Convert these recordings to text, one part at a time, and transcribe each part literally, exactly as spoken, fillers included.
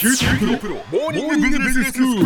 キューティープロモーニングビジネススクール。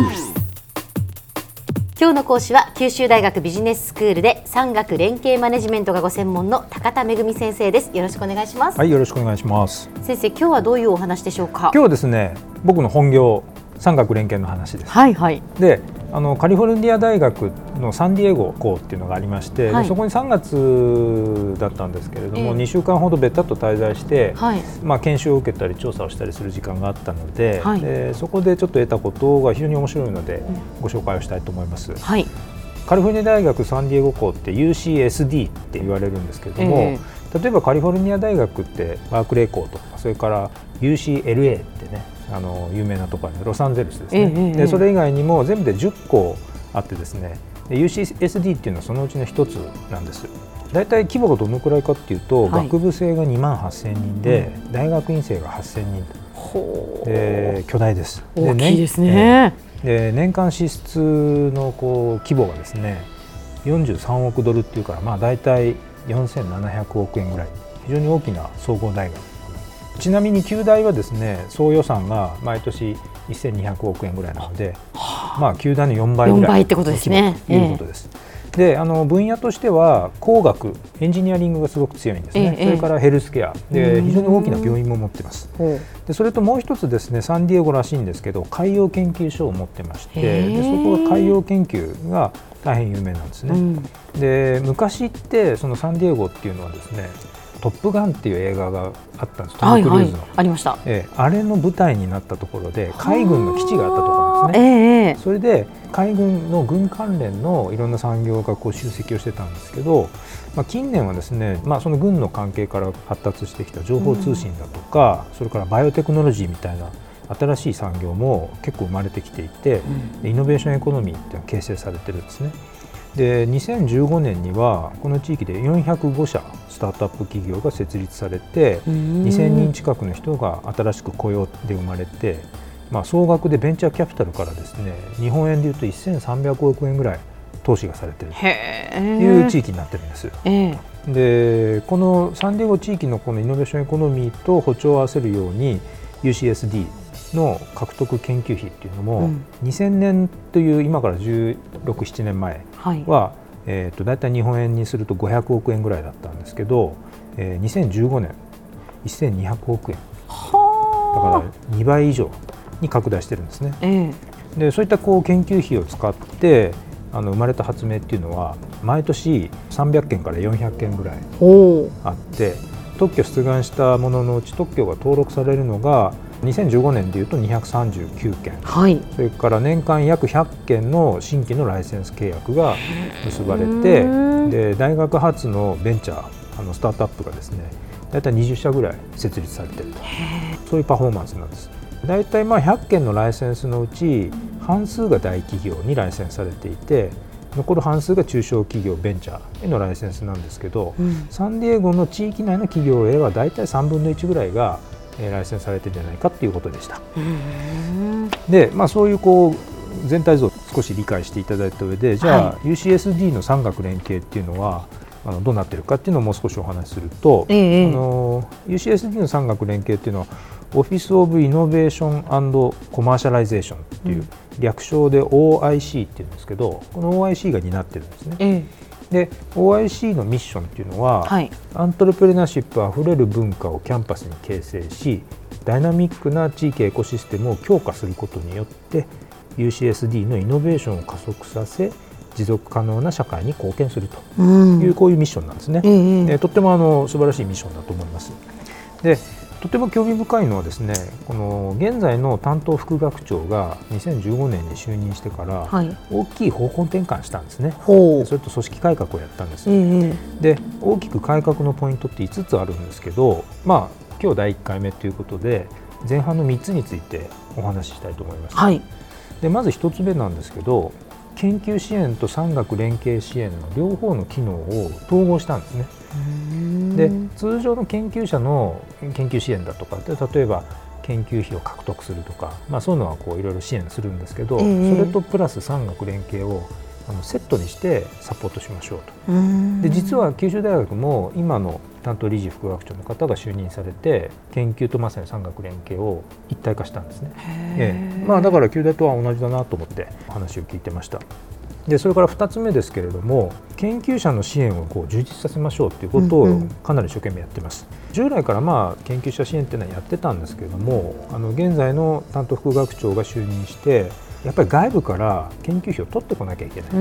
今日の講師は九州大学ビジネススクールで産学連携マネジメントがご専門の高田恵先生です。よろしくお願いします。 はい、よろしくお願いします。 先生、今日はどういうお話でしょうか。 今日はですね、僕の本業産学連携の話です。 はいはい。 で、あのカリフォルニア大学のサンディエゴ校っていうのがありまして、はい、そこにさんがつだったんですけれども、えー、にしゅうかんほどべったっと滞在して、はい、まあ、研修を受けたり調査をしたりする時間があったので、はい、でそこでちょっと得たことが非常に面白いので、うん、ご紹介をしたいと思います。はい、カリフォルニア大学サンディエゴ校って ユーシーエスディー って言われるんですけれども、えー、例えばカリフォルニア大学ってバークレー校とか、それから ユーシーエルエー ってね、あの有名なところでロサンゼルスですね、えー、でそれ以外にも全部でじゅっこあってですね、で ユーシーエスディー っていうのはそのうちの一つなんです。だいたい規模がどのくらいかっていうと、はい、学部生がにまんはっせんにんで、うん、大学院生がはっせんにんと、で巨大です。 大きいですね。 で年間支出のこう規模がですねよんじゅうさんおくドルっていうから、まあ、だいたいよんせんななひゃくおくえんぐらい、非常に大きな総合大学。ちなみに九大はですね、総予算が毎年せんにひゃくおくえんぐらいなので、まあ、九大のよんばいぐらいの規模ということです。で、あの分野としては工学、エンジニアリングがすごく強いんですね。ええ、それからヘルスケアで非常に大きな病院も持っています。でそれともう一つですね、サンディエゴらしいんですけど、海洋研究所を持ってまして、でそこが海洋研究が大変有名なんですね。うん、で昔ってそのサンディエゴっていうのはですね、トップガンっていう映画があったんです。トム・クルーズの、はいはい、ありました。ええ、あれの舞台になったところで海軍の基地があったところなんですね。えー、それで海軍の軍関連のいろんな産業がこう集積をしてたんですけど、まあ、近年はですね、まあ、その軍の関係から発達してきた情報通信だとか、うん、それからバイオテクノロジーみたいな新しい産業も結構生まれてきていて、うん、イノベーションエコノミーっていうのが形成されてるんですね。でにせんじゅうごねんにはこの地域でよんひゃくごしゃスタートアップ企業が設立されて、にせんにん近くの人が新しく雇用で生まれて、まあ、総額でベンチャーキャピタルからですね、日本円でいうとせんさんびゃくおくえんぐらい投資がされているという地域になっているんです。でこのサンディエゴ地域のこのイノベーションエコノミーと歩調を合わせるように ユーシーエスディーの獲得研究費っていうのも、うん、にせんねんという今からじゅうろく、ななねんまえは、はい、えー、とだいたい日本円にするとごひゃくおくえんぐらいだったんですけど、えー、にせんじゅうごねんせんにひゃくおくえんだからにばい以上に拡大してるんですね。えー、でそういったこう研究費を使ってあの生まれた発明っていうのは毎年さんびゃくけんからよんひゃっけんぐらいあって、特許出願したもののうち特許が登録されるのがにせんじゅうごねんでいうとにひゃくさんじゅうきゅうけん、はい、それから年間約ひゃっけんの新規のライセンス契約が結ばれて、で大学発のベンチャー、あのスタートアップがですね、だいたいにじゅっしゃぐらい設立されていると、そういうパフォーマンスなんです。だいたいまあひゃっけんのライセンスのうち半数が大企業にライセンスされていて、残る半数が中小企業ベンチャーへのライセンスなんですけど、うん、サンディエゴの地域内の企業へはだいたいさんぶんのいちぐらいがライセンスされているんじゃないかということでした。で、まあ、そういうこう全体像を少し理解していただいた上で、じゃあ、はい、ユーシーエスディー の産学連携っていうのはあのどうなっているかっていうのをもう少しお話しすると、ええ、あの ユーシーエスディー の産学連携っていうのはオフィス・オブ・イノベーション・アンド・コマーシャライゼーションっていう、うん、略称で オーアイシー っていうんですけど、この オーアイシー が担ってるんですね。ええ、で オーアイシー のミッションっていうのは、はい、アントレプレナーシップあふれる文化をキャンパスに形成し、ダイナミックな地域エコシステムを強化することによって ユーシーエスディー のイノベーションを加速させ、持続可能な社会に貢献するという、うん、こういうミッションなんですね。えーえー、とってもあの素晴らしいミッションだと思います。でとても興味深いのはですね、この現在の担当副学長がにせんじゅうごねんに就任してから大きい方向転換したんですね。はい、それと組織改革をやったんです。えー、で大きく改革のポイントっていつつあるんですけど、まあ、今日だいいっかいめということで前半のみっつについてお話ししたいと思います。はい、でまずひとつめなんですけど、研究支援と産学連携支援の両方の機能を統合したんですね。で通常の研究者の研究支援だとかって、例えば研究費を獲得するとか、まあ、そういうのはこういろいろ支援するんですけど、えー、それとプラス産学連携をあのセットにしてサポートしましょうと。で実は九州大学も今の担当理事副学長の方が就任されて、研究とまさに産学連携を一体化したんですね。ええ、まあ、だから旧大とは同じだなと思って話を聞いてました。でそれからふたつめですけれども、研究者の支援をこう充実させましょうということをかなり一生懸命やってます。うんうん、従来からまあ研究者支援っていうのはやってたんですけれども、あの現在の担当副学長が就任してやっぱり外部から研究費を取ってこなきゃいけない。うん、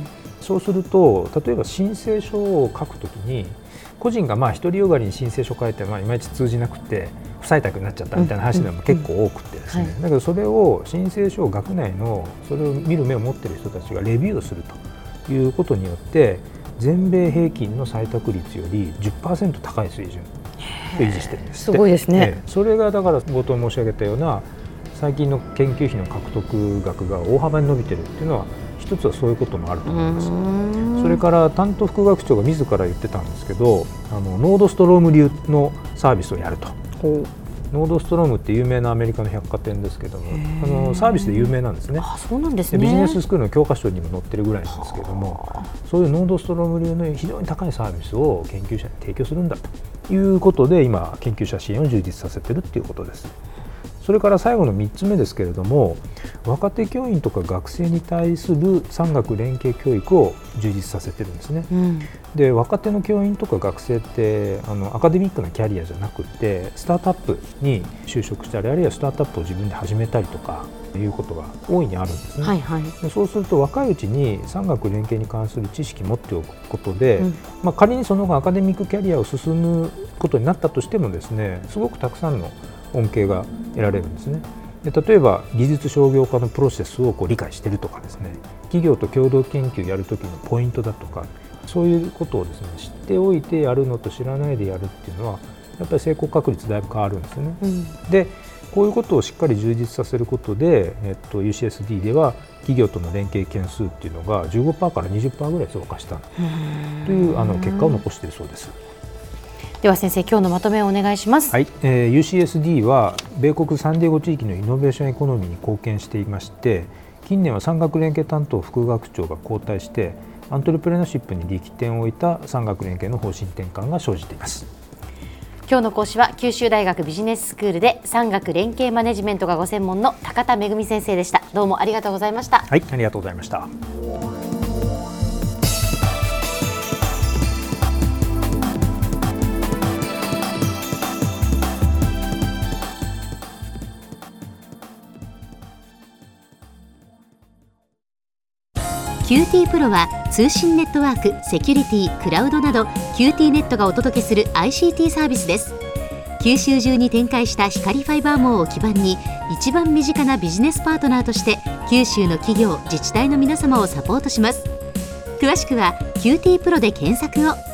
そうすると例えば申請書を書くときに個人がまあ独りよがりに申請書を書いてまあいまいち通じなくて不採択になっちゃったみたいな話でも結構多くてですね、だけどそれを申請書を学内のそれを見る目を持っている人たちがレビューをするということによって全米平均の採択率より じゅっパーセント 高い水準を維持してるんですって。 すごいですね。 それがだから冒頭申し上げたような最近の研究費の獲得額が大幅に伸びてるっていうのは一つはそういうこともあると思います。それから担当副学長が自ら言ってたんですけど、あのノードストローム流のサービスをやると。ノードストロームって有名なアメリカの百貨店ですけども、あのサービスで有名なんですね。 あ、そうなんですね。 ビジネススクールの教科書にも載ってるぐらいなんですけども、そういうノードストローム流の非常に高いサービスを研究者に提供するんだということで今研究者支援を充実させてるっていうことです。それから最後のみっつめですけれども、若手教員とか学生に対する産学連携教育を充実させてるんですね。うん、で若手の教員とか学生ってあのアカデミックなキャリアじゃなくてスタートアップに就職したり、あるいはスタートアップを自分で始めたりとかいうことが大いにあるんですね。はいはい、でそうすると若いうちに産学連携に関する知識を持っておくことで、うん、まあ、仮にその後アカデミックキャリアを進むことになったとしてもですね、すごくたくさんの恩恵が得られるんですね。で例えば技術商業化のプロセスをこう理解しているとかですね、企業と共同研究をやるときのポイントだとか、そういうことをですね知っておいてやるのと知らないでやるっていうのはやっぱり成功確率だいぶ変わるんですよね。うん、でこういうことをしっかり充実させることで、えっと、ユーシーエスディー では企業との連携件数っていうのが じゅうごパーセント から にじゅっパーセント ぐらい増加したというあの結果を残しているそうです。 では先生、今日のまとめをお願いします。 はい、えー、ユーシーエスディー は米国サンディエゴ地域のイノベーションエコノミーに貢献していまして、近年は産学連携担当副学長が交代してアントレプレナーシップに力点を置いた産学連携の方針転換が生じています。 今日の講師は九州大学ビジネススクールで産学連携マネジメントがご専門の高田恵先生でした。どうもありがとうございました。 はい、ありがとうございました。 キューティー プロは通信ネットワーク、セキュリティ、クラウドなど キューティー ネットがお届けする アイシーティー サービスです。九州中に展開した光ファイバー網を基盤に一番身近なビジネスパートナーとして九州の企業、自治体の皆様をサポートします。詳しくは キューティー プロで検索を。